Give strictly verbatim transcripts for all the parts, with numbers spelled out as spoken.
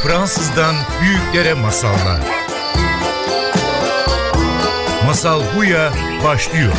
Fransızdan büyüklere masallar. Masal Buya başlıyor.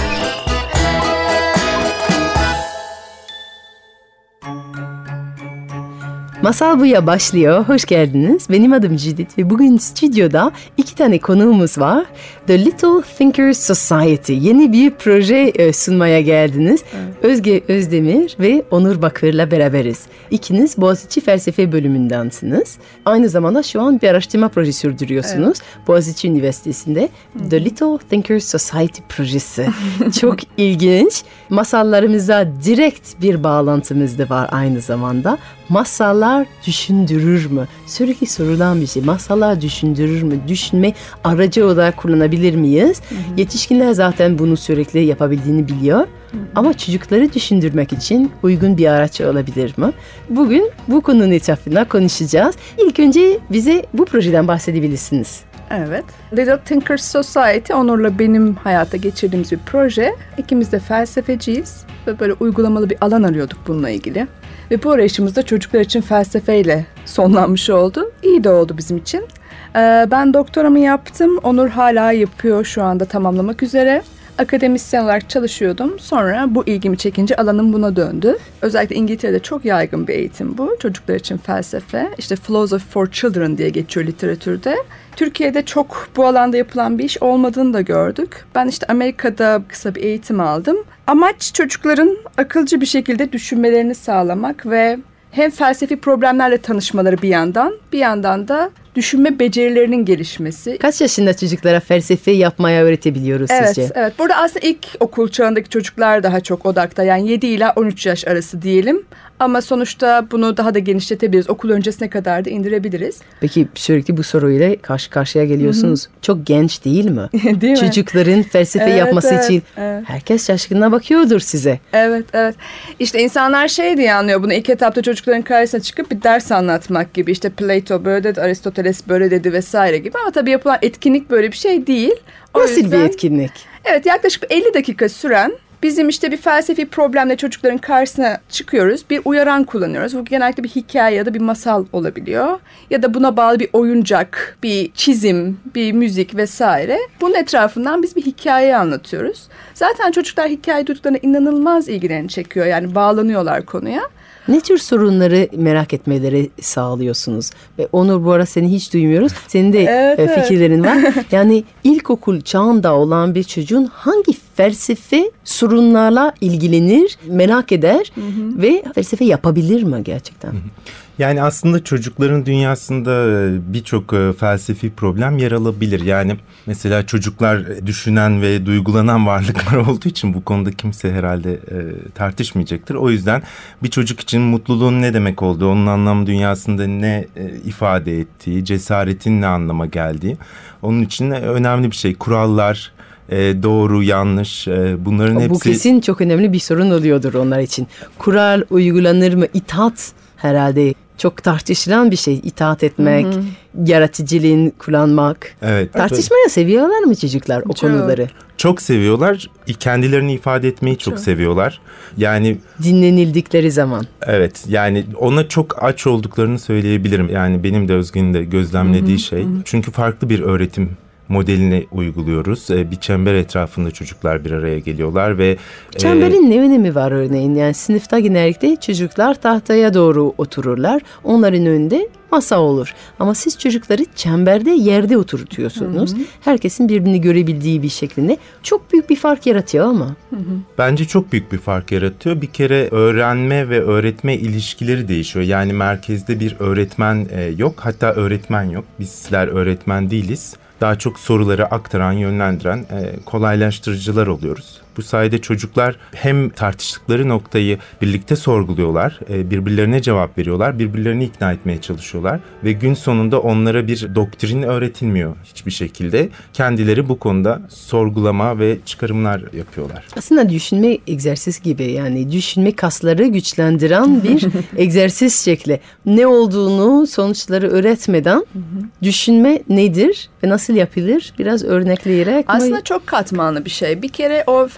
Masal Buya başlıyor. Hoş geldiniz. Benim adım Judith ve bugün stüdyoda iki tane konuğumuz var. The Little Thinkers Society. Yeni bir proje sunmaya geldiniz. Evet. Özge Özdemir ve Onur Bakır'la beraberiz. İkiniz Boğaziçi Felsefe bölümündensiniz. Aynı zamanda şu an bir araştırma projesi sürdürüyorsunuz. Evet. Boğaziçi Üniversitesi'nde The Little Thinkers Society projesi. Çok ilginç. Masallarımıza direkt bir bağlantımız da var aynı zamanda. Masallar düşündürür mü? Sürekli sorulan bir şey. Masallar düşündürür mü? Düşünme aracı olarak kullanabilir miyiz? Hı hı. Yetişkinler zaten bunu sürekli yapabildiğini biliyor. Hı hı. Ama çocukları düşündürmek için uygun bir araç olabilir mi? Bugün bu konunun etrafında konuşacağız. İlk önce bize bu projeden bahsedebilirsiniz. Evet. Little Thinkers Society, Onur'la benim hayata geçirdiğimiz bir proje. İkimiz de felsefeciyiz ve böyle uygulamalı bir alan arıyorduk bununla ilgili. Ve bu arayışımız da çocuklar için felsefeyle sonlanmış oldu. İyi de oldu bizim için. Ee, ben doktoramı yaptım. Onur hala yapıyor, şu anda tamamlamak üzere. Akademisyen olarak çalışıyordum. Sonra bu ilgimi çekince alanım buna döndü. Özellikle İngiltere'de çok yaygın bir eğitim bu. Çocuklar için felsefe. İşte Philosophy for Children diye geçiyor literatürde. Türkiye'de çok bu alanda yapılan bir iş olmadığını da gördük. Ben işte Amerika'da kısa bir eğitim aldım. Amaç çocukların akılcı bir şekilde düşünmelerini sağlamak ve hem felsefi problemlerle tanışmaları bir yandan, bir yandan da düşünme becerilerinin gelişmesi. Kaç yaşında çocuklara felsefe yapmaya öğretebiliyoruz evet, sizce? Evet, burada aslında ilk okul çağındaki çocuklar daha çok odakta. Yani yedi ila on üç yaş arası diyelim. Ama sonuçta bunu daha da genişletebiliriz. Okul öncesine kadar da indirebiliriz. Peki sürekli bu soruyla karşı karşıya geliyorsunuz. Hı-hı. Çok genç değil mi? Değil mi? Çocukların felsefe evet, yapması evet, için evet. Herkes şaşkınına bakıyordur size. Evet, evet. İşte insanlar şey diye anlıyor bunu, ilk etapta çocukların karşısına çıkıp bir ders anlatmak gibi. İşte Plato böyle dedi, Aristoteles böyle dedi vesaire gibi. Ama tabii yapılan etkinlik böyle bir şey değil. O Nasıl yüzden, bir etkinlik? Evet, yaklaşık elli dakika süren, bizim işte bir felsefi problemle çocukların karşısına çıkıyoruz. Bir uyaran kullanıyoruz. Bu genellikle bir hikaye ya da bir masal olabiliyor. Ya da buna bağlı bir oyuncak, bir çizim, bir müzik vesaire. Bunun etrafından biz bir hikaye anlatıyoruz. Zaten çocuklar hikaye duyduklarına inanılmaz ilgilerini çekiyor. Yani bağlanıyorlar konuya. Ne tür sorunları merak etmeleri sağlıyorsunuz? Ve Onur, bu ara seni hiç duymuyoruz. Senin de evet, fikirlerin evet. var. Yani ilkokul çağında olan bir çocuğun hangi felsefe sorunlarla ilgilenir, merak eder hı hı. ve felsefe yapabilir mi gerçekten? Hı hı. Yani aslında çocukların dünyasında birçok felsefi problem yer alabilir. Yani mesela çocuklar düşünen ve duygulanan varlıklar olduğu için bu konuda kimse herhalde tartışmayacaktır. O yüzden bir çocuk için mutluluğun ne demek olduğu, onun anlam dünyasında ne ifade ettiği, cesaretin ne anlama geldiği, onun için önemli bir şey. Kurallar, doğru, yanlış, bunların o, hepsi... Bu kesin çok önemli bir sorun oluyordur onlar için. Kural uygulanır mı? İtaat herhalde çok tartışılan bir şey. İtaat etmek, hı hı. yaratıcılığın kullanmak. Evet. Tartışmaya seviyorlar mı çocuklar o çok. konuları? Çok seviyorlar. Kendilerini ifade etmeyi çok, çok seviyorlar. Yani dinlenildikleri zaman. Evet. Yani ona çok aç olduklarını söyleyebilirim. Yani benim de Özge'nin de gözlemlediği hı hı. şey. Hı hı. Çünkü farklı bir öğretim modelini uyguluyoruz. Bir çember etrafında çocuklar bir araya geliyorlar ve... Çemberin e... ne önemi var örneğin? Yani sınıfta genellikle çocuklar tahtaya doğru otururlar. Onların önünde masa olur. Ama siz çocukları çemberde yerde oturtuyorsunuz. Hı hı. Herkesin birbirini görebildiği bir şeklinde. Çok büyük bir fark yaratıyor ama. Hı hı. Bence çok büyük bir fark yaratıyor. Bir kere öğrenme ve öğretme ilişkileri değişiyor. Yani merkezde bir öğretmen yok. Hatta öğretmen yok. Bizler öğretmen değiliz. Daha çok soruları aktaran, yönlendiren, e, kolaylaştırıcılar oluyoruz. Bu sayede çocuklar hem tartıştıkları noktayı birlikte sorguluyorlar, e, birbirlerine cevap veriyorlar, birbirlerini ikna etmeye çalışıyorlar ve gün sonunda onlara bir doktrin öğretilmiyor hiçbir şekilde. Kendileri bu konuda sorgulama ve çıkarımlar yapıyorlar. Aslında düşünme egzersiz gibi, yani düşünme kasları güçlendiren bir egzersiz şekli. Ne olduğunu, sonuçları öğretmeden düşünme nedir ve nasıl yapılır biraz örnekleyerek. Aslında çok katmanlı bir şey. Bir kere o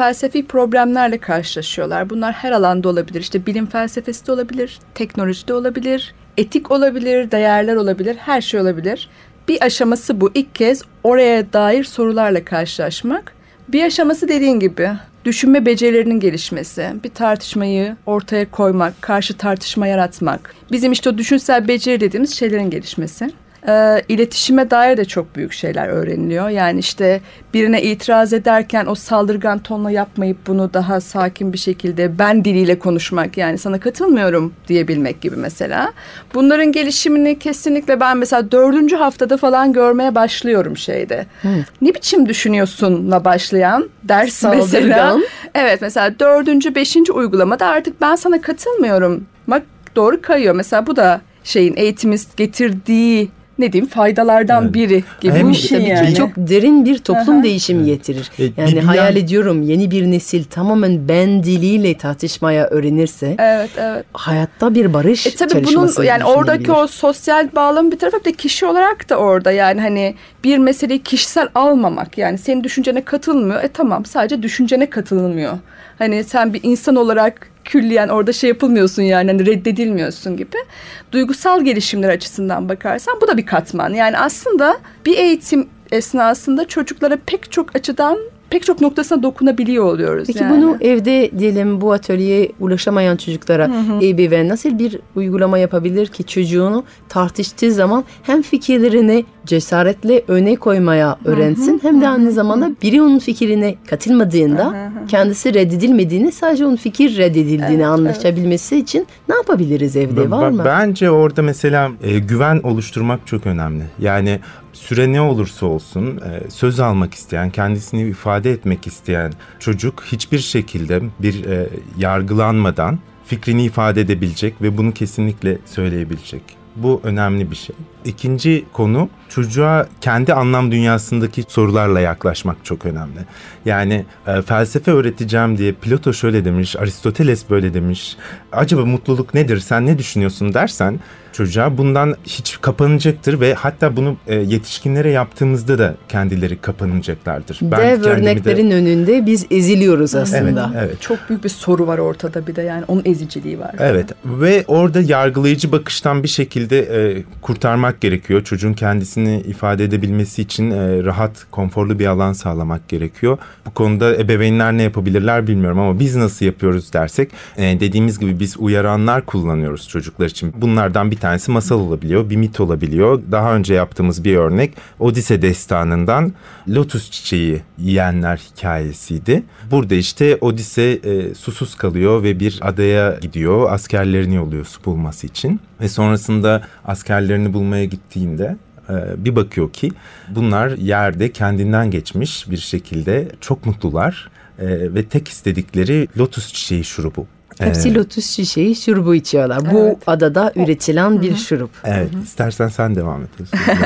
felsefi problemlerle karşılaşıyorlar. Bunlar her alanda olabilir. İşte bilim felsefesi de olabilir, teknoloji de olabilir, etik olabilir, değerler olabilir, her şey olabilir. Bir aşaması bu. İlk kez oraya dair sorularla karşılaşmak. Bir aşaması dediğin gibi düşünme becerilerinin gelişmesi, bir tartışmayı ortaya koymak, karşı tartışma yaratmak. Bizim işte o düşünsel beceri dediğimiz şeylerin gelişmesi. E, iletişime dair de çok büyük şeyler öğreniliyor. Yani işte birine itiraz ederken o saldırgan tonla yapmayıp bunu daha sakin bir şekilde ben diliyle konuşmak, yani sana katılmıyorum diyebilmek gibi mesela. Bunların gelişimini kesinlikle ben mesela dördüncü haftada falan görmeye başlıyorum şeyde. Hmm. Ne biçim düşünüyorsunla başlayan ders saldırgan. Mesela. Evet, mesela dördüncü, beşinci uygulamada artık ben sana katılmıyorum. Bak doğru kayıyor. Mesela bu da şeyin eğitimiz getirdiği ne diyeyim faydalardan evet. biri gibi Hem bir şey yani. yani. Çok derin bir toplum Aha. değişimi getirir. E, yani bir, hayal bir ediyorum yeni bir nesil tamamen ben diliyle tartışmaya öğrenirse evet, evet. hayatta bir barış e, tabii çalışması bunun yani oradaki o sosyal bağlamı bir tarafı da kişi olarak da orada yani hani bir meseleyi kişisel almamak, yani senin düşüncene katılmıyor. E tamam, sadece düşüncene katılmıyor. Hani sen bir insan olarak külliyen orada şey yapılmıyorsun, yani hani reddedilmiyorsun gibi. Duygusal gelişimler açısından bakarsan bu da bir katman. Yani aslında bir eğitim esnasında çocuklara pek çok açıdan pek çok noktasına dokunabiliyor oluyoruz. Peki yani. bunu evde diyelim bu atölyeye ulaşamayan çocuklara ebeveyn nasıl bir uygulama yapabilir ki çocuğunu tartıştığı zaman hem fikirlerini cesaretle öne koymaya öğrensin hı hı, hem de aynı zamanda biri onun fikrine katılmadığında hı hı. kendisi reddedilmediğini, sadece onun fikir reddedildiğini evet, anlaşabilmesi evet. için ne yapabiliriz evde, var mı? Bence orada mesela e, güven oluşturmak çok önemli. Yani süre ne olursa olsun e, söz almak isteyen, kendisini ifade etmek isteyen çocuk hiçbir şekilde bir e, yargılanmadan fikrini ifade edebilecek ve bunu kesinlikle söyleyebilecek. Bu önemli bir şey. İkinci konu, çocuğa kendi anlam dünyasındaki sorularla yaklaşmak çok önemli. Yani e, felsefe öğreteceğim diye Plato şöyle demiş, Aristoteles böyle demiş. Acaba mutluluk nedir, sen ne düşünüyorsun dersen çocuğa bundan hiç kapanacaktır ve hatta bunu e, yetişkinlere yaptığımızda da kendileri kapanacaklardır. Ben Dev örneklerin de... önünde biz eziliyoruz aslında. Evet, evet. Çok büyük bir soru var ortada, bir de yani onun eziciliği var. Evet ve orada yargılayıcı bakıştan bir şekilde e, kurtarmak gerekiyor. Çocuğun kendisini ifade edebilmesi için e, rahat, konforlu bir alan sağlamak gerekiyor. Bu konuda ebeveynler ne yapabilirler bilmiyorum ama biz nasıl yapıyoruz dersek e, dediğimiz gibi biz uyaranlar kullanıyoruz çocuklar için. Bunlardan bir tanesi masal olabiliyor, bir mit olabiliyor. Daha önce yaptığımız bir örnek Odise destanından lotus çiçeği yiyenler hikayesiydi. Burada işte Odise e, susuz kalıyor ve bir adaya gidiyor. Askerlerini yolluyor su bulması için. Ve sonrasında askerlerini bulmaya gittiğinde e, bir bakıyor ki bunlar yerde kendinden geçmiş bir şekilde çok mutlular. E, ve tek istedikleri lotus çiçeği şurubu. Hepsi evet. lotus çiçeği şurubu içiyorlar. Evet. Bu adada üretilen Hı-hı. bir şurup. Evet. Hı-hı. İstersen sen devam et.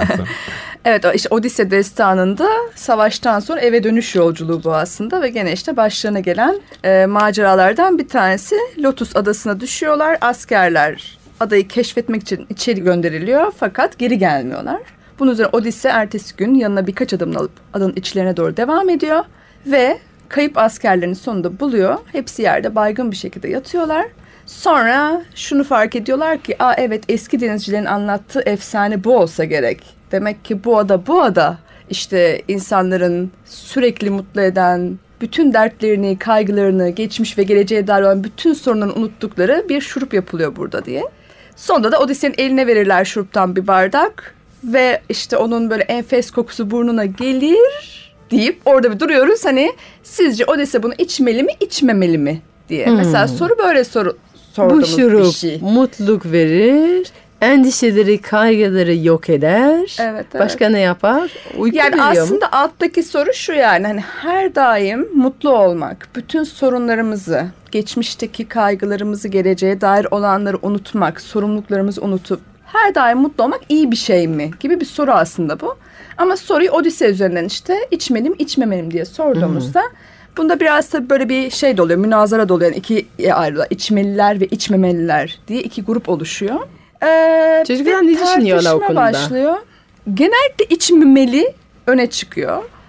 Evet, işte Odise destanında savaştan sonra eve dönüş yolculuğu bu aslında ve gene işte başlarına gelen e, maceralardan bir tanesi. Lotus adasına düşüyorlar. Askerler adayı keşfetmek için içeri gönderiliyor fakat geri gelmiyorlar. Bunun üzerine Odise ertesi gün yanına birkaç adım alıp adanın içlerine doğru devam ediyor ve kayıp askerlerini sonunda buluyor. Hepsi yerde baygın bir şekilde yatıyorlar. Sonra şunu fark ediyorlar ki, aa evet, eski denizcilerin anlattığı efsane bu olsa gerek. Demek ki bu ada bu ada işte insanların sürekli mutlu eden, bütün dertlerini, kaygılarını, geçmiş ve geleceğe dair olan bütün sorunlarını unuttukları bir şurup yapılıyor burada diye. Sonunda da Odise'nin eline verirler şuruptan bir bardak ve işte onun böyle enfes kokusu burnuna gelir deyip orada bir duruyoruz. Hani sizce Odise bunu içmeli mi, içmemeli mi diye. Hmm. Mesela soru böyle soru sorduğumuz bir şurup bir şey. Mutluluk verir, endişeleri, kaygıları yok eder. Evet, evet. Başka ne yapar? Uyku yani aslında mu? alttaki soru şu, yani hani her daim mutlu olmak, bütün sorunlarımızı, geçmişteki kaygılarımızı, geleceğe dair olanları unutmak, sorumluluklarımızı unutup her daim mutlu olmak iyi bir şey mi gibi bir soru aslında bu. Ama soruyu Odise üzerinden işte içmelim, içmemelim diye sorduğumuzda hmm. bunda biraz tabii böyle bir şey de oluyor, münazara da oluyor. Yani ikiye ayrılıyor. İçmeliler ve içmemeliler diye iki grup oluşuyor. Ee, Çocuklar ne düşünüyorlar o konuda? Başlıyor. Genellikle içmemeli öne çıkıyor.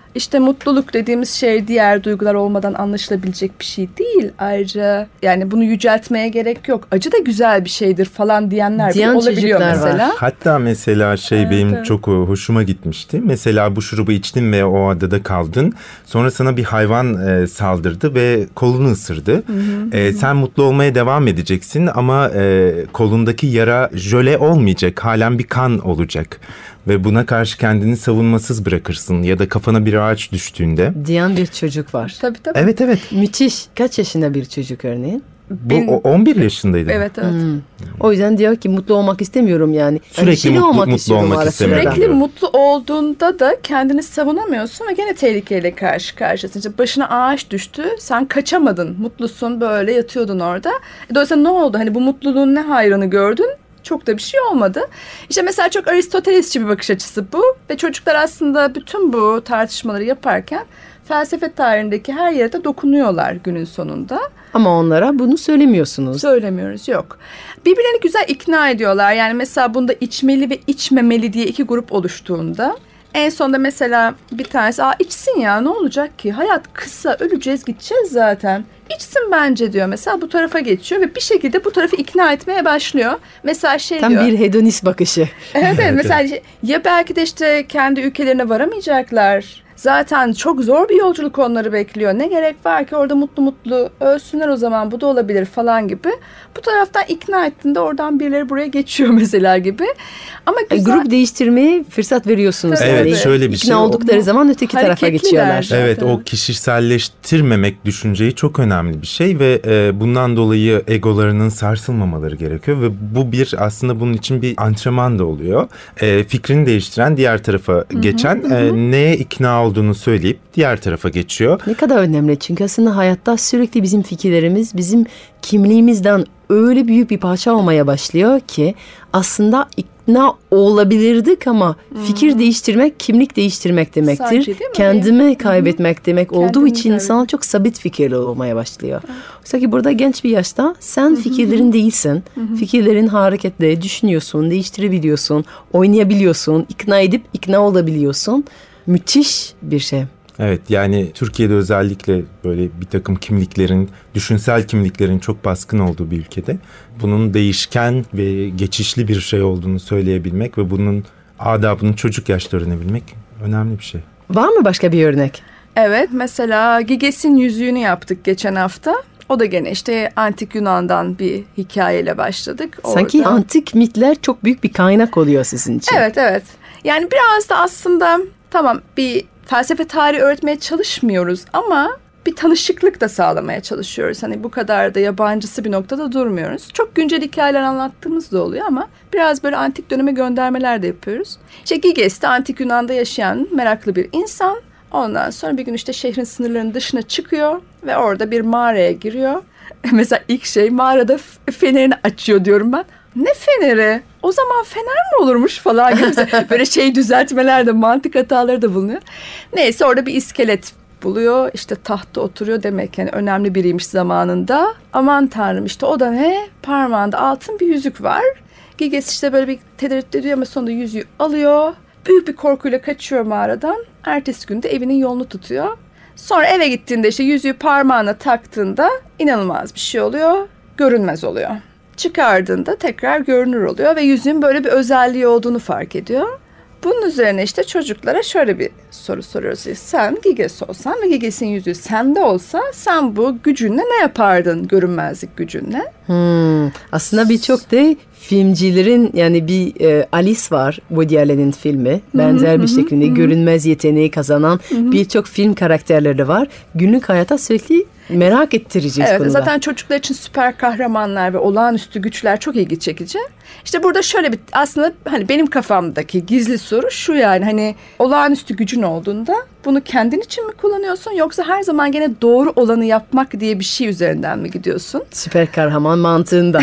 İşte mutluluk dediğimiz şey diğer duygular olmadan anlaşılabilecek bir şey değil. Ayrıca yani bunu yüceltmeye gerek yok. Acı da güzel bir şeydir falan diyenler Diyen bile olabiliyor çocuklar mesela. var. Hatta mesela şey Evet, benim evet. çok hoşuma gitmişti. Mesela bu şurubu içtin ve o adada kaldın. Sonra sana bir hayvan e, saldırdı ve kolunu ısırdı. Hı hı, e, hı. Sen mutlu olmaya devam edeceksin ama e, kolundaki yara jöle olmayacak. Halen bir kan olacak. Ve buna karşı kendini savunmasız bırakırsın ya da kafana bir ağaç düştüğünde. Diyen bir çocuk var. Tabii tabii. Evet evet. Müthiş. Kaç yaşında bir çocuk örneğin? Bu Benim- o- on bir yaşındaydı. Evet evet. Hmm. O yüzden diyor ki mutlu olmak istemiyorum yani. Sürekli Endişeli mutlu- olmak mutlu istiyorum olmak ara istemiyorum. sırada. Sürekli Evet. mutlu olduğunda da kendini savunamıyorsun ve gene tehlikeyle karşı karşıyasın. İşte başına ağaç düştü, sen kaçamadın, mutlusun, böyle yatıyordun orada. E dolayısıyla ne oldu? Hani bu mutluluğun ne hayrını gördün? Çok da bir şey olmadı. İşte mesela çok Aristotelesçi bir bakış açısı bu. Ve çocuklar aslında bütün bu tartışmaları yaparken felsefe tarihindeki her yere de dokunuyorlar günün sonunda. Ama onlara bunu söylemiyorsunuz. Söylemiyoruz, yok. Birbirlerini güzel ikna ediyorlar. Yani mesela bunda içmeli ve içmemeli diye iki grup oluştuğunda en sonunda mesela bir tanesi aa içsin ya ne olacak ki? Hayat kısa, öleceğiz gideceğiz zaten. İçsin bence diyor mesela, bu tarafa geçiyor ve bir şekilde bu tarafı ikna etmeye başlıyor. Mesela şey Tam diyor. bir hedonist bakışı. Evet, evet mesela şey, ya belki de işte kendi ülkelerine varamayacaklar. Zaten çok zor bir yolculuk onları bekliyor. Ne gerek var ki orada mutlu mutlu ölsünler o zaman, bu da olabilir falan gibi. Bu taraftan ikna ettiğinde oradan birileri buraya geçiyor mesela gibi. Ama E, güzel. Grup değiştirmeye fırsat veriyorsunuz. Tabii, Evet, yani. şöyle bir İkna şey. oldukları zaman öteki tarafa Hareketliler. geçiyorlar. Evet, Zaten. o kişiselleştirmemek düşünceyi çok önemli bir şey ve e, bundan dolayı egolarının sarsılmamaları gerekiyor ve bu bir aslında bunun için bir antrenman da oluyor. E, fikrini değiştiren, diğer tarafa geçen, e, neye ikna olduğunu söyleyip diğer tarafa geçiyor. Ne kadar önemli, çünkü aslında hayatta sürekli bizim fikirlerimiz bizim kimliğimizden öyle büyük bir parça olmaya başlıyor ki aslında ikna olabilirdik ama fikir değiştirmek kimlik değiştirmek demektir. Sanki değil mi? Kendimi kaybetmek demek olduğu Kendini için kaybetmek. insan çok sabit fikirli olmaya başlıyor. Oysa ki burada genç bir yaşta sen fikirlerin değilsin. Fikirlerin hareketli, düşünüyorsun, değiştirebiliyorsun, oynayabiliyorsun, ikna edip ikna olabiliyorsun. Müthiş bir şey. Evet, yani Türkiye'de özellikle böyle bir takım kimliklerin, düşünsel kimliklerin çok baskın olduğu bir ülkede bunun değişken ve geçişli bir şey olduğunu söyleyebilmek ve bunun adabını çocuk yaşta öğrenebilmek önemli bir şey. Var mı başka bir örnek? Evet, mesela Giges'in yüzüğünü yaptık geçen hafta. O da gene işte antik Yunan'dan bir hikayeyle başladık. Sanki Orada- antik mitler çok büyük bir kaynak oluyor sizin için. Evet evet. Yani biraz da aslında tamam bir felsefe tarihi öğretmeye çalışmıyoruz ama bir tanışıklık da sağlamaya çalışıyoruz. Hani bu kadar da yabancısı bir noktada durmuyoruz. Çok güncel hikayeler anlattığımız da oluyor ama biraz böyle antik döneme göndermeler de yapıyoruz. İşte Giges de antik Yunan'da yaşayan meraklı bir insan. Ondan sonra bir gün işte şehrin sınırlarının dışına çıkıyor ve orada bir mağaraya giriyor. Mesela ilk şey mağarada f- fenerini açıyor diyorum ben. Ne feneri? O zaman fener mi olurmuş falan gibi. Böyle şey düzeltmeler de, mantık hataları da bulunuyor. Neyse orada bir iskelet buluyor. İşte tahtta oturuyor, demek yani önemli biriymiş zamanında. Aman tanrım, işte o da ne? Parmağında altın bir yüzük var. Giges işte böyle bir tereddüt ediyor ama sonunda yüzüğü alıyor. Büyük bir korkuyla kaçıyor mağaradan. Ertesi gün de evinin yolunu tutuyor. Sonra eve gittiğinde işte yüzüğü parmağına taktığında inanılmaz bir şey oluyor. Görünmez oluyor. Çıkardığında tekrar görünür oluyor ve yüzüğün böyle bir özelliği olduğunu fark ediyor. Bunun üzerine işte çocuklara şöyle bir soru soruyoruz. Sen Giges olsan ve Giges'in yüzüğü sende olsa sen bu gücünle ne yapardın, görünmezlik gücünle? Hmm, aslında birçok da filmcilerin, yani bir e, Alice var, Woody Allen'in filmi. Benzer bir şekilde görünmez yeteneği kazanan birçok film karakterleri var. Günlük hayata sürekli merak ettirici Evet, konular. zaten çocuklar için süper kahramanlar ve olağanüstü güçler çok ilgi çekici. İşte burada şöyle bir, aslında hani benim kafamdaki gizli soru şu, yani hani olağanüstü gücün olduğunda bunu kendin için mi kullanıyorsun yoksa her zaman gene doğru olanı yapmak diye bir şey üzerinden mi gidiyorsun? Süper kahraman mantığında.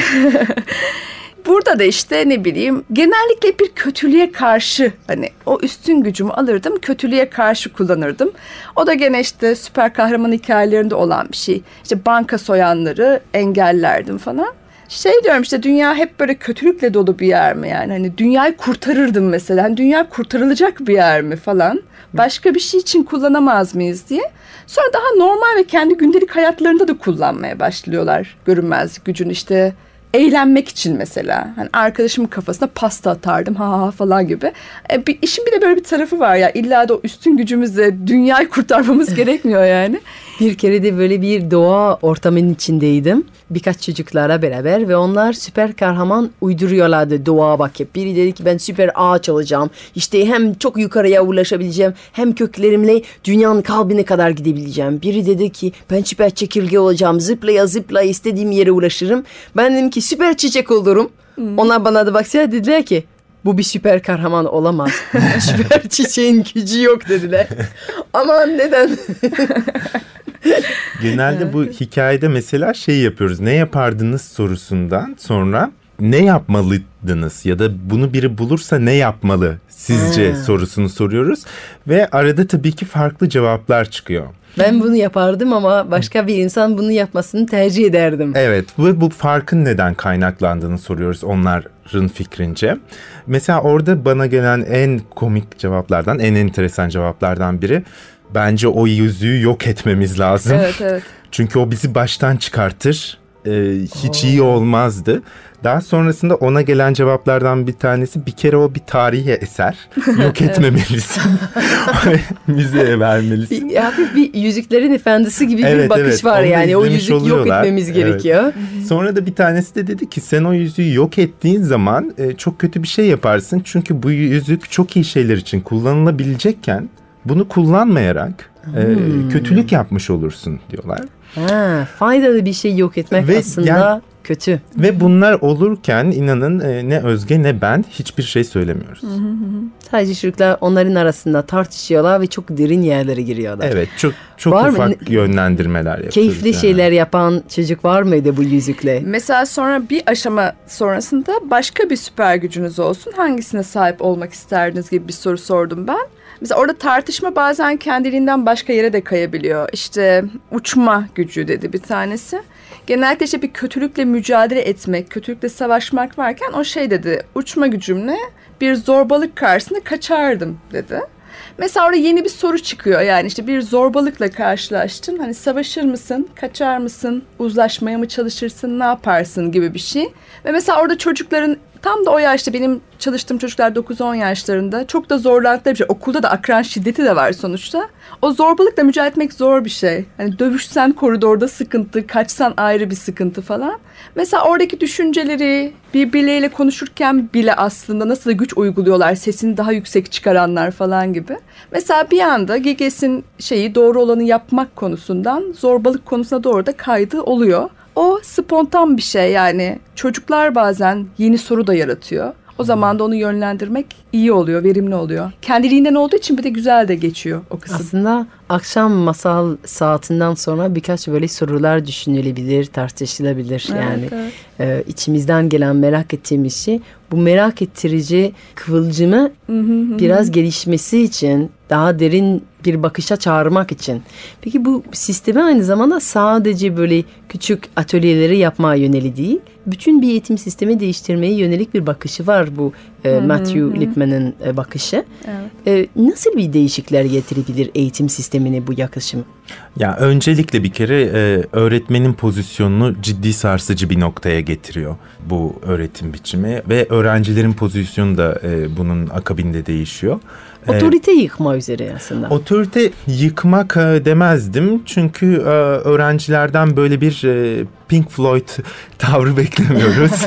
Burada da işte ne bileyim genellikle bir kötülüğe karşı, hani o üstün gücümü alırdım, kötülüğe karşı kullanırdım. O da gene işte süper kahraman hikayelerinde olan bir şey. İşte banka soyanları engellerdim falan. Şey diyorum işte dünya hep böyle kötülükle dolu bir yer mi yani? Hani dünyayı kurtarırdım mesela. Hani dünya kurtarılacak bir yer mi falan? Başka bir şey için kullanamaz mıyız diye. Sonra daha normal ve kendi gündelik hayatlarında da kullanmaya başlıyorlar görünmezlik gücünü işte. Eğlenmek için mesela. Hani arkadaşımın kafasına pasta atardım ha ha falan gibi. E, bir, işin bir de böyle bir tarafı var ya. İlla da o üstün gücümüzle dünyayı kurtarmamız gerekmiyor yani. Bir kere de böyle bir doğa ortamının içindeydim. Birkaç çocuklarla beraber ve onlar süper kahraman uyduruyorlardı doğa bakıp. Biri dedi ki ben süper ağaç olacağım. İşte hem çok yukarıya ulaşabileceğim hem köklerimle dünyanın kalbine kadar gidebileceğim. Biri dedi ki ben süper çekirge olacağım. Zıplaya zıplaya istediğim yere ulaşırım. Ben dedim ki süper çiçek olurum. Hmm. Onlar bana da baksana dediler ki bu bir süper kahraman olamaz. Süper çiçeğin gücü yok dediler. Aman neden? Genelde bu hikayede mesela şey yapıyoruz. Ne yapardınız sorusundan sonra ne yapmalıydınız ya da bunu biri bulursa ne yapmalı sizce ha. sorusunu soruyoruz. Ve arada tabii ki farklı cevaplar çıkıyor. Ben bunu yapardım ama başka bir insan bunu yapmasını tercih ederdim. Evet, ve bu farkın neden kaynaklandığını soruyoruz onların fikrince. Mesela orada bana gelen en komik cevaplardan, en enteresan cevaplardan biri bence o yüzüğü yok etmemiz lazım. Evet, evet. Çünkü o bizi baştan çıkartır. Ee, hiç Oo. iyi olmazdı. Daha sonrasında ona gelen cevaplardan bir tanesi bir kere o bir tarihi eser. Yok etmemelisin. Müzeye vermelisin. Bir, hafif bir Yüzüklerin Efendisi gibi evet, bir bakış evet. var Onu yani. O yüzük oluyorlar. yok etmemiz evet. gerekiyor. Sonra da bir tanesi de dedi ki sen o yüzüğü yok ettiğin zaman e, çok kötü bir şey yaparsın. Çünkü bu yüzük çok iyi şeyler için kullanılabilecekken bunu kullanmayarak e, hmm. kötülük yapmış olursun diyorlar. Ha, faydalı bir şey yok etmek ve aslında yani, kötü. Ve bunlar olurken inanın e, ne Özge ne ben hiçbir şey söylemiyoruz. Hı hı hı. Sadece çocuklar onların arasında tartışıyorlar ve çok derin yerlere giriyorlar. Evet, çok çok var ufak mı? yönlendirmeler yapıyoruz. Keyifli yani. Şeyler yapan çocuk var mıydı bu yüzükle? Mesela sonra bir aşama sonrasında başka bir süper gücünüz olsun. Hangisine sahip olmak isterdiniz gibi bir soru sordum ben. Mesela orada tartışma bazen kendiliğinden başka yere de kayabiliyor. İşte uçma gücü dedi bir tanesi. Genellikle işte bir kötülükle mücadele etmek, kötülükle savaşmak varken o şey dedi. Uçma gücümle bir zorbalık karşısında kaçardım dedi. Mesela orada yeni bir soru çıkıyor. Yani işte bir zorbalıkla karşılaştın. Hani savaşır mısın, kaçar mısın, uzlaşmaya mı çalışırsın, ne yaparsın gibi bir şey. Ve mesela orada çocukların tam da o yaşta benim çalıştığım çocuklar dokuz on yaşlarında çok da zorlandıkları bir şey. Okulda da akran şiddeti de var sonuçta. O zorbalıkla mücadele etmek zor bir şey. Hani dövüşsen koridorda sıkıntı, kaçsan ayrı bir sıkıntı falan. Mesela oradaki düşünceleri birbirleriyle konuşurken bile aslında nasıl güç uyguluyorlar, sesini daha yüksek çıkaranlar falan gibi. Mesela bir anda Giges'in şeyi doğru olanı yapmak konusundan zorbalık konusuna doğru da kaydı oluyor. O spontan bir şey yani çocuklar bazen yeni soru da yaratıyor. O zaman da onu yönlendirmek iyi oluyor, verimli oluyor. Kendiliğinden olduğu için bir de güzel de geçiyor o kısım. Aslında akşam masal saatinden sonra birkaç böyle sorular düşünülebilir, tartışılabilir. Evet, yani evet. E, içimizden gelen merak ettiğimiz şey bu merak ettirici kıvılcımı hı hı, biraz hı. gelişmesi için daha derin bir bakışa çağırmak için. Peki bu sistemi aynı zamanda sadece böyle küçük atölyeleri yapmaya yönelik değil, bütün bir eğitim sistemi değiştirmeye yönelik bir bakışı var bu e, hı hı, Matthew hı. Lipman'ın e, bakışı. Evet. E, nasıl bir değişiklikler getirebilir eğitim sistemine bu yaklaşım? Ya öncelikle bir kere e, öğretmenin pozisyonunu ciddi sarsıcı bir noktaya getiriyor bu öğretim biçimi ve öğrencilerin pozisyonu da e, bunun akabinde değişiyor. Otorite yıkma üzere aslında. Otorite yıkmak demezdim çünkü öğrencilerden böyle bir Pink Floyd tavrı beklemiyoruz.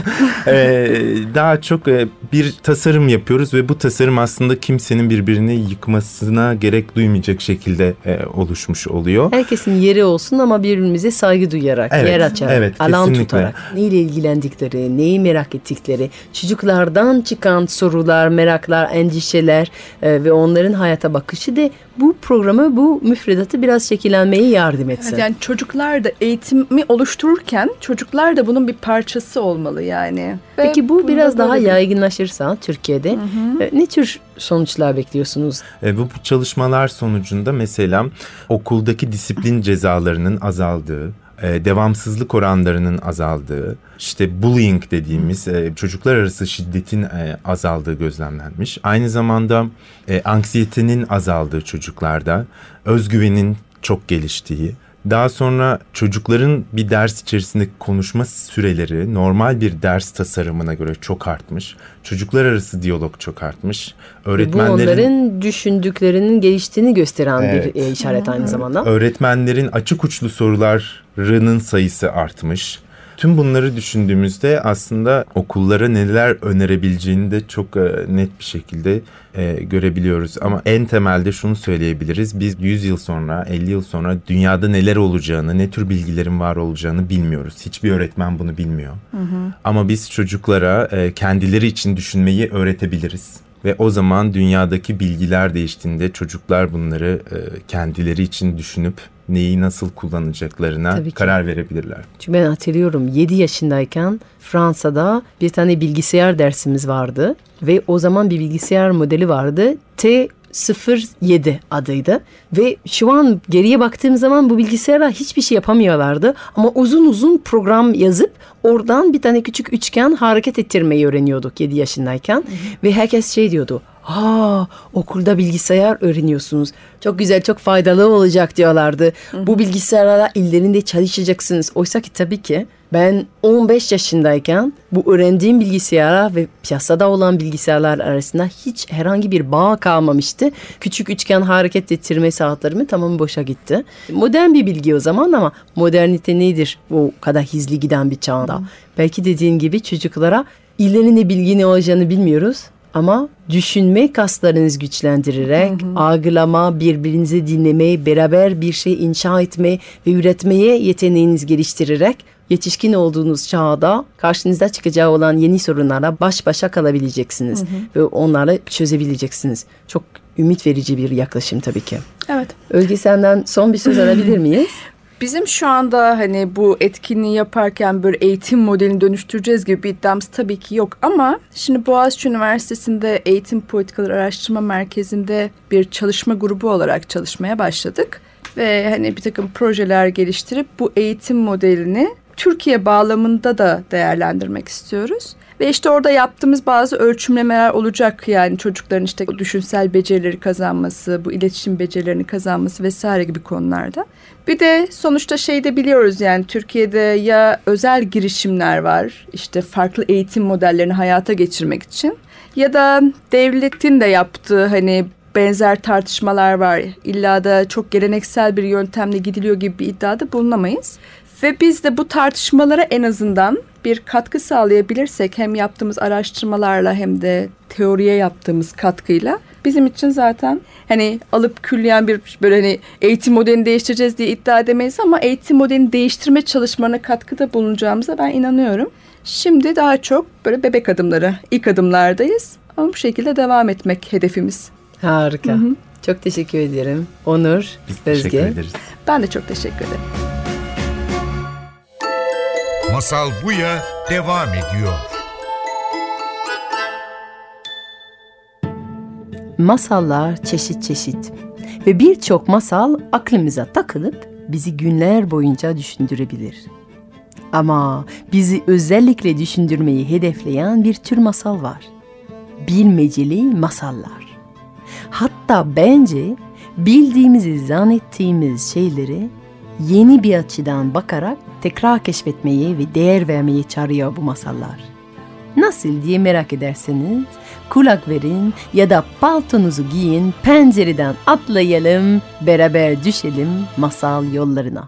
Daha çok bir tasarım yapıyoruz ve bu tasarım aslında kimsenin birbirini yıkmasına gerek duymayacak şekilde oluşmuş oluyor. Herkesin yeri olsun ama birbirimize saygı duyarak, evet, yer açarak, evet, alan kesinlikle. tutarak, neyle ilgilendikleri, neyi merak ettikleri, çocuklardan çıkan sorular, meraklar, endişeler e, ve onların hayata bakışı da bu programı, bu müfredatı biraz şekillenmeye yardım etsin. Yani çocuklar da eğitimi oluştururken çocuklar da bunun bir parçası olmalı yani. Peki bu biraz daha bir... yaygınlaşırsa Türkiye'de hı hı. ne tür sonuçlar bekliyorsunuz? E, bu çalışmalar sonucunda mesela okuldaki disiplin cezalarının azaldığı, e, devamsızlık oranlarının azaldığı, işte bullying dediğimiz e, çocuklar arası şiddetin e, azaldığı gözlemlenmiş. Aynı zamanda e, anksiyetenin azaldığı çocuklarda, özgüvenin çok geliştiği, daha sonra çocukların bir ders içerisinde konuşma süreleri normal bir ders tasarımına göre çok artmış. Çocuklar arası diyalog çok artmış. Öğretmenlerin, bu onların düşündüklerinin geliştiğini gösteren evet, bir işaret aynı zamanda. Öğretmenlerin açık uçlu sorularının sayısı artmış. Tüm bunları düşündüğümüzde aslında okullara neler önerebileceğini de çok e, net bir şekilde e, görebiliyoruz. Ama en temelde şunu söyleyebiliriz. Biz yüz yıl sonra, elli yıl sonra dünyada neler olacağını, ne tür bilgilerin var olacağını bilmiyoruz. Hiçbir öğretmen bunu bilmiyor. Hı hı. Ama biz çocuklara e, kendileri için düşünmeyi öğretebiliriz. Ve o zaman dünyadaki bilgiler değiştiğinde çocuklar bunları e, kendileri için düşünüp neyi nasıl kullanacaklarına karar verebilirler. Çünkü ben hatırlıyorum yedi yaşındayken Fransa'da bir tane bilgisayar dersimiz vardı. Ve o zaman bir bilgisayar modeli vardı. T sıfır yedi adıydı. Ve şu an geriye baktığım zaman bu bilgisayarla hiçbir şey yapamıyorlardı. Ama uzun uzun program yazıp oradan bir tane küçük üçgen hareket ettirmeyi öğreniyorduk yedi yaşındayken. Hı hı. Ve herkes şey diyordu. Aa, okulda bilgisayar öğreniyorsunuz. Çok güzel, çok faydalı olacak diyorlardı. Hı hı. Bu bilgisayarla illerinde çalışacaksınız. Oysa ki tabii ki ben on beş yaşındayken bu öğrendiğim bilgisayarlar ve piyasada olan bilgisayarlar arasında hiç herhangi bir bağ kalmamıştı. Küçük üçgen hareket ettirme saatlerimi tamam boşa gitti. Modern bir bilgi o zaman ama modernite nedir o kadar hızlı giden bir çağda? Hı. Belki dediğin gibi çocuklara illerinde bilgi ne olacağını bilmiyoruz. Ama düşünme kaslarınızı güçlendirerek, hı hı. algılama, birbirinizi dinleme, beraber bir şey inşa etme ve üretmeye yeteneğinizi geliştirerek yetişkin olduğunuz çağda karşınızda çıkacağı olan yeni sorunlarla baş başa kalabileceksiniz. Hı hı. Ve onları çözebileceksiniz. Çok ümit verici bir yaklaşım tabii ki. Evet. Özge, senden son bir söz alabilir miyiz? Bizim şu anda hani bu etkinliği yaparken böyle eğitim modelini dönüştüreceğiz gibi bir iddiamız tabii ki yok. Ama şimdi Boğaziçi Üniversitesi'nde Eğitim Politikaları Araştırma Merkezi'nde bir çalışma grubu olarak çalışmaya başladık. Ve hani bir takım projeler geliştirip bu eğitim modelini Türkiye bağlamında da değerlendirmek istiyoruz. Ve işte orada yaptığımız bazı ölçümlemeler olacak. Yani çocukların işte düşünsel becerileri kazanması, bu iletişim becerilerini kazanması vesaire gibi konularda. Bir de sonuçta şey de biliyoruz, yani Türkiye'de ya özel girişimler var işte farklı eğitim modellerini hayata geçirmek için, ya da devletin de yaptığı hani benzer tartışmalar var. İlla da çok geleneksel bir yöntemle gidiliyor gibi bir iddiada bulunamayız. Ve biz de bu tartışmalara en azından bir katkı sağlayabilirsek, hem yaptığımız araştırmalarla hem de teoriye yaptığımız katkıyla, bizim için zaten hani alıp külliyen bir böyle hani eğitim modelini değiştireceğiz diye iddia edemeyiz ama eğitim modelini değiştirme çalışmalarına katkıda bulunacağımıza ben inanıyorum. Şimdi daha çok böyle bebek adımları, ilk adımlardayız ama bu şekilde devam etmek hedefimiz. Harika. Hı hı. Çok teşekkür ederim. Onur, Biz Özge. Teşekkür ederiz. Ben de çok teşekkür ederim. Masal Buya devam ediyor. Masallar çeşit çeşit ve birçok masal aklımıza takılıp bizi günler boyunca düşündürebilir. Ama bizi özellikle düşündürmeyi hedefleyen bir tür masal var. Bilmeceli masallar. Hatta bence bildiğimizi zannettiğimiz şeyleri yeni bir açıdan bakarak tekrar keşfetmeye ve değer vermeye çağırıyor bu masallar. Nasıl diye merak ederseniz kulak verin ya da paltonuzu giyin, pencereden atlayalım, beraber düşelim masal yollarına.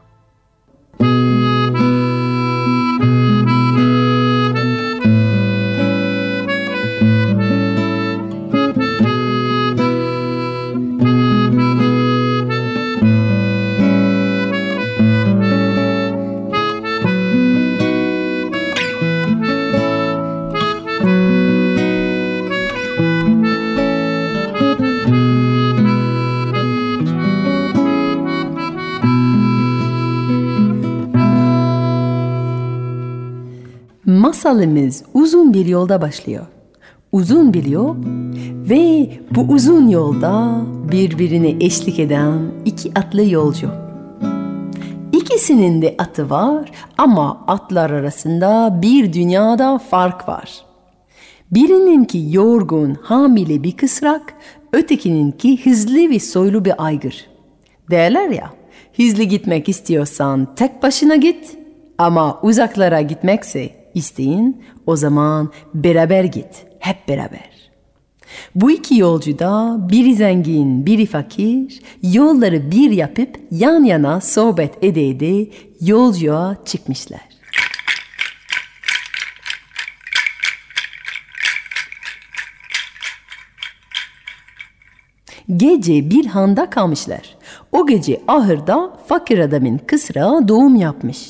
Masalımız uzun bir yolda başlıyor. Uzun bir yol ve bu uzun yolda birbirine eşlik eden iki atlı yolcu. İki İkisinin de atı var ama atlar arasında bir dünyada fark var. Birininki yorgun, hamile bir kısrak, ötekininki hızlı ve soylu bir aygır. Derler ya, hızlı gitmek istiyorsan tek başına git ama uzaklara gitmekse isteyin, o zaman beraber git, hep beraber. Bu iki yolcu da biri zengin, biri fakir, yolları bir yapıp yan yana sohbet ede ede yolculuğa çıkmışlar. Gece bir handa kalmışlar. O gece ahırda fakir adamın kısrağı doğum yapmış.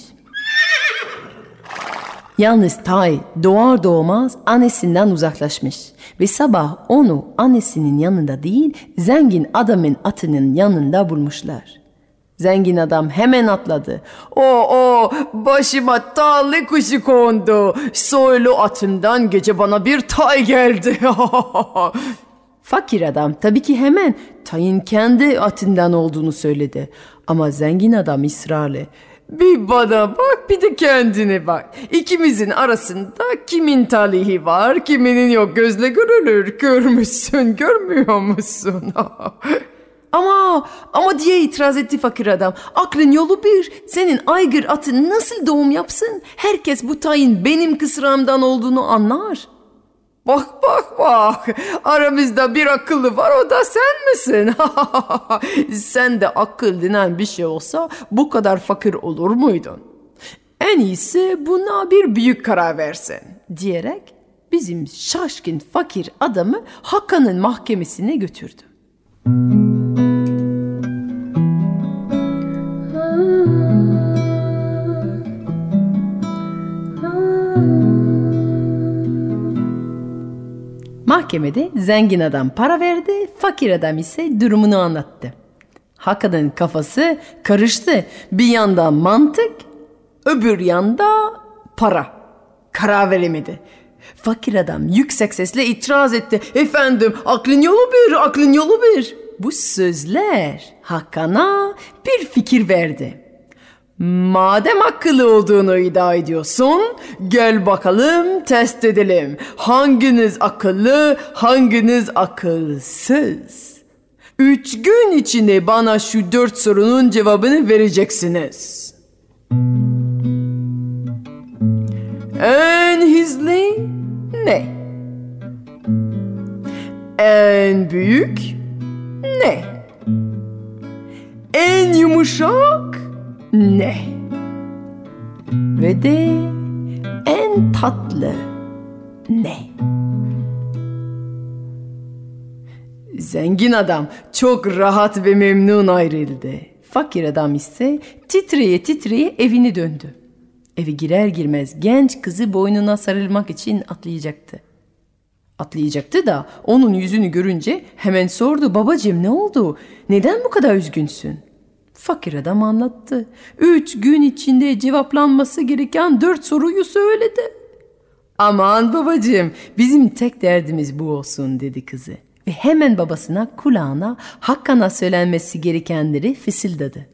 Yalnız Tay doğar doğmaz annesinden uzaklaşmış ve sabah onu annesinin yanında değil zengin adamın atının yanında bulmuşlar. Zengin adam hemen atladı. O o başıma talih kuşu kondu. Soylu atımdan gece bana bir tay geldi. Fakir adam tabii ki hemen Tay'ın kendi atından olduğunu söyledi. Ama zengin adam ısrarlı. Bir bana bak bir de kendine bak. İkimizin arasında kimin talihi var kiminin yok gözle görülür. Görmüşsün görmüyor musun? Ama ama diye itiraz etti fakir adam. Aklın yolu bir. Senin aygır atın nasıl doğum yapsın? Herkes bu Tay'ın benim kısrağımdan olduğunu anlar. Bak bak bak aramızda bir akıllı var o da sen misin? Sen de akıl denen bir şey olsa bu kadar fakir olur muydun? En iyisi buna bir büyük karar versin diyerek bizim şaşkın fakir adamı Hakan'ın mahkemesine götürdü. Mahkemede zengin adam para verdi, fakir adam ise durumunu anlattı. Hakan'ın kafası karıştı. Bir yanda mantık, öbür yanda para. Karar veremedi. Fakir adam yüksek sesle itiraz etti. Efendim, aklın yolu bir, aklın yolu bir. Bu sözler Hakan'a bir fikir verdi. Madem akıllı olduğunu iddia ediyorsun, gel bakalım test edelim. Hanginiz akıllı, hanginiz akılsız? Üç gün içinde bana şu dört sorunun cevabını vereceksiniz. En hızlı ne? En büyük ne? En yumuşak ne? Ve de en tatlı ne? Zengin adam çok rahat ve memnun ayrıldı. Fakir adam ise titreye titreye evine döndü. Eve girer girmez genç kızı boynuna sarılmak için atlayacaktı. Atlayacaktı da onun yüzünü görünce hemen sordu. Babacığım ne oldu? Neden bu kadar üzgünsün? Fakir adam anlattı. Üç gün içinde cevaplanması gereken dört soruyu söyledi. Aman babacığım bizim tek derdimiz bu olsun dedi kızı. Ve hemen babasına kulağına Hakan'a söylenmesi gerekenleri fısıldadı.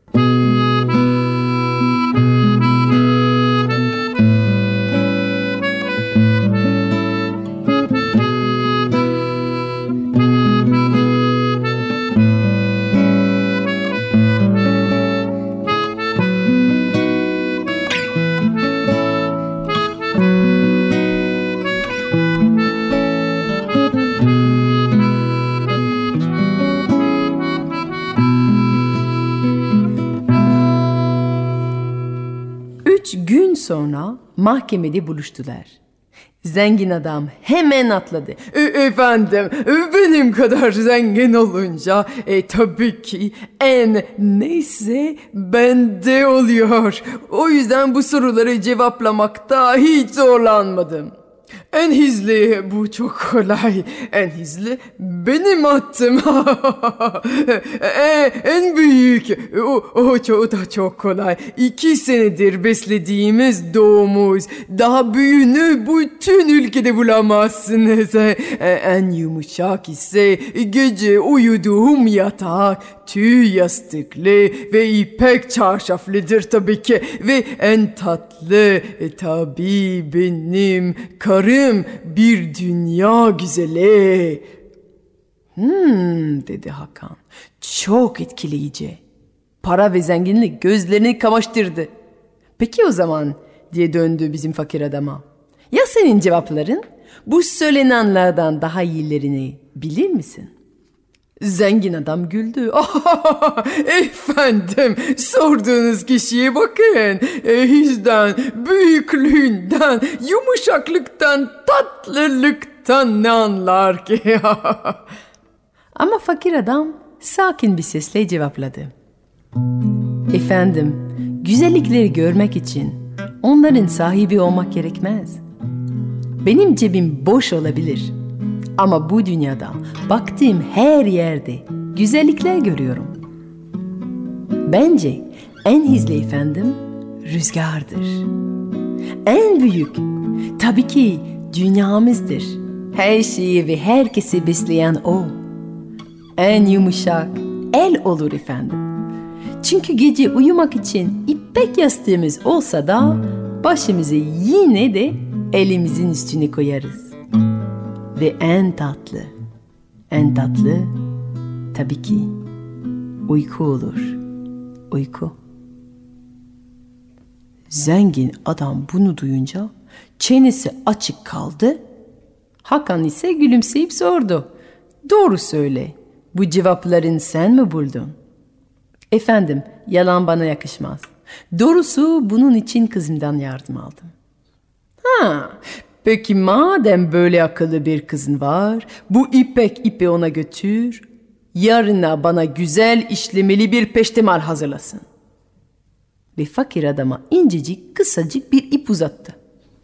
Gün sonra mahkemede buluştular. Zengin adam hemen atladı. E, efendim benim kadar zengin olunca e, tabii ki en neyse bende oluyor. O yüzden bu soruları cevaplamakta hiç zorlanmadım. En hızlı bu çok kolay. En hızlı benim attım. en, en büyük. O, o, o da çok kolay. İki senedir beslediğimiz domuz. Daha büyüğünü bütün ülkede bulamazsınız. En yumuşak ise gece uyuduğum yatak tüy yastıklı ve ipek çarşaflıdır tabii ki. Ve en tatlı e, tabii benim karım bir dünya güzeli. Hmm dedi Hakan. Çok etkileyici. Para ve zenginlik gözlerini kamaştırdı. Peki o zaman diye döndü bizim fakir adama. Ya senin cevapların? Bu söylenenlerden daha iyilerini bilir misin? Zengin adam güldü. Efendim, sorduğunuz kişiye bakın. Hizden, büyüklüğünden, yumuşaklıktan, tatlılıktan ne anlar ki? Ama fakir adam sakin bir sesle cevapladı. Efendim, güzellikleri görmek için onların sahibi olmak gerekmez. Benim cebim boş olabilir. Ama bu dünyada baktığım her yerde güzellikler görüyorum. Bence en hızlı efendim rüzgardır. En büyük tabii ki dünyamızdır. Her şeyi ve herkesi besleyen o. En yumuşak el olur efendim. Çünkü gece uyumak için ipek yastığımız olsa da başımızı yine de elimizin üstüne koyarız. Ve en tatlı, en tatlı tabii ki uyku olur. Uyku. Zengin adam bunu duyunca çenesi açık kaldı. Hakan ise gülümseyip sordu. Doğru söyle, bu cevapların sen mi buldun? Efendim, yalan bana yakışmaz. Doğrusu bunun için kızımdan yardım aldım. Ha, peki madem böyle akıllı bir kızın var, bu ipek ipi ona götür, yarına bana güzel işlemeli bir peştemal hazırlasın. Ve fakir adama incecik kısacık bir ip uzattı.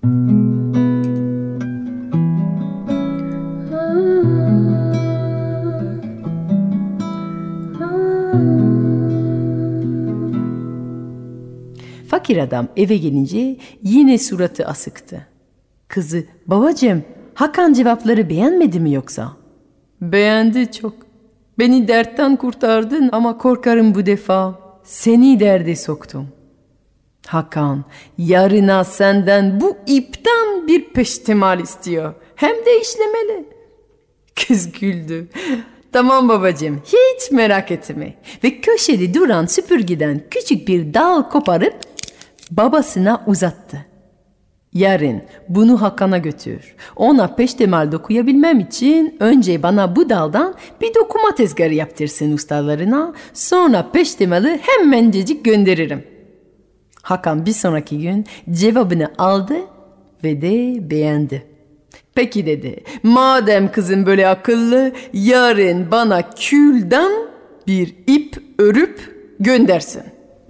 Fakir adam eve gelince yine suratı asıktı. Kızı, babacığım, Hakan cevapları beğenmedi mi yoksa? Beğendi çok. Beni dertten kurtardın ama korkarım bu defa seni derde soktum. Hakan, yarına senden bu ipten bir peştemal istiyor. Hem de işlemeli. Kız güldü. Tamam babacığım, hiç merak etme. Ve köşede duran süpürgeden küçük bir dal koparıp babasına uzattı. Yarın bunu Hakan'a götür. Ona peştemal dokuyabilmem için önce bana bu daldan bir dokuma tezgahı yaptırsın ustalarına. Sonra peştemali hemencecik gönderirim. Hakan bir sonraki gün cevabını aldı ve de beğendi. Peki dedi, madem kızım böyle akıllı, yarın bana külden bir ip örüp göndersin.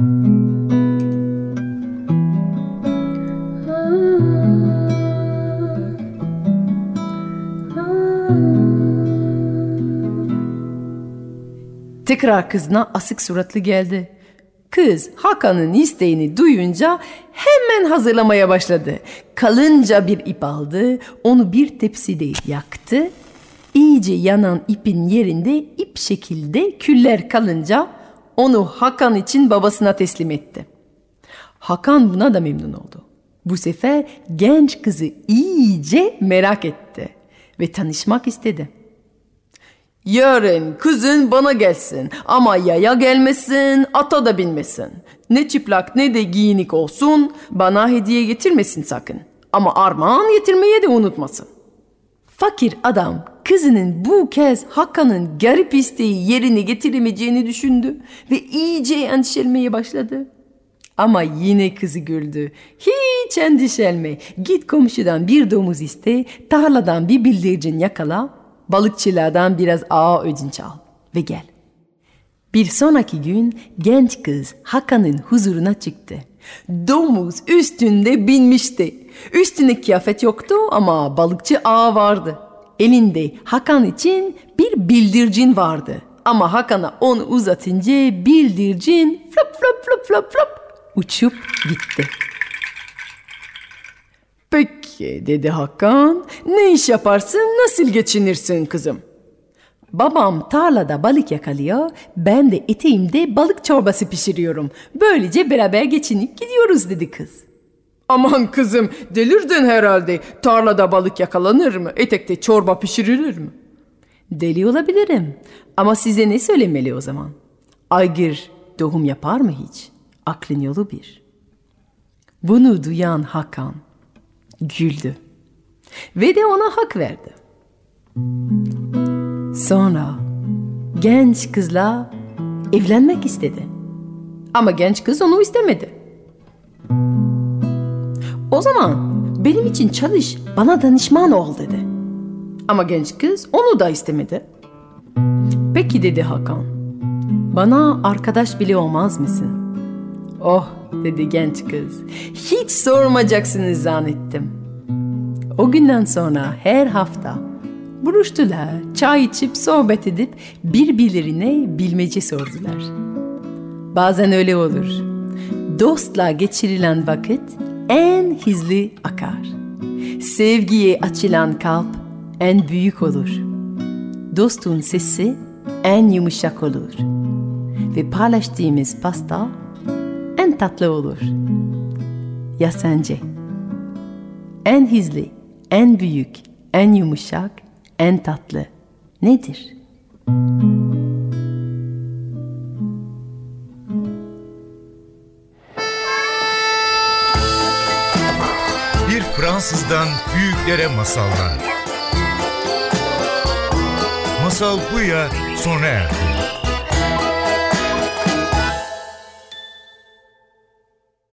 Tekrar kızına asık suratlı geldi. Kız Hakan'ın isteğini duyunca hemen hazırlamaya başladı. Kalınca bir ip aldı, onu bir tepside yaktı. İyice yanan ipin yerinde ip şekilde küller kalınca onu Hakan için babasına teslim etti. Hakan buna da memnun oldu. Bu sefer genç kızı iyice merak etti ve tanışmak istedi. Yarın kızın bana gelsin ama yaya gelmesin, ata da binmesin. Ne çıplak ne de giyinik olsun, bana hediye getirmesin sakın. Ama armağan getirmeyi de unutmasın. Fakir adam kızının bu kez Hakan'ın garip isteği yerine getiremeyeceğini düşündü ve iyice endişelenmeye başladı. Ama yine kızı güldü. Hiç endişelenme, git komşudan bir domuz iste, tarladan bir bildircin yakala, balıkçılardan biraz ağa ödünç al ve gel. Bir sonraki gün genç kız Hakan'ın huzuruna çıktı. Domuz üstünde binmişti. Üstüne kıyafet yoktu ama balıkçı ağa vardı. Elinde Hakan için bir bildircin vardı. Ama Hakan'a onu uzatınca bildircin flop flop flop flop flop uçup gitti. Peki dedi Hakan, ne iş yaparsın, nasıl geçinirsin kızım? Babam tarlada balık yakalıyor, ben de eteğimde balık çorbası pişiriyorum. Böylece beraber geçinip gidiyoruz dedi kız. Aman kızım, delirdin herhalde. Tarlada balık yakalanır mı? Etekte çorba pişirilir mi? Deli olabilirim ama size ne söylemeli o zaman? Aygır doğum yapar mı hiç? Aklın yolu bir. Bunu duyan Hakan güldü ve de ona hak verdi. Sonra genç kızla evlenmek istedi. Ama genç kız onu istemedi. O zaman benim için çalış, bana danışman ol dedi. Ama genç kız onu da istemedi. Peki dedi Hakan, bana arkadaş bile olmaz mısın? Oh dedi genç kız, hiç sormayacaksınız zannettim. O günden sonra her hafta buluştular, çay içip sohbet edip birbirlerine bilmece sordular. Bazen öyle olur. Dostla geçirilen vakit en hızlı akar. Sevgiye açılan kalp en büyük olur. Dostun sesi en yumuşak olur. Ve paylaştığımız pasta en tatlı olur. Ya sence? En hızlı, en büyük, en yumuşak, en tatlı nedir? Bir Fransızdan büyüklere masallar. Masal Buya sona erdi.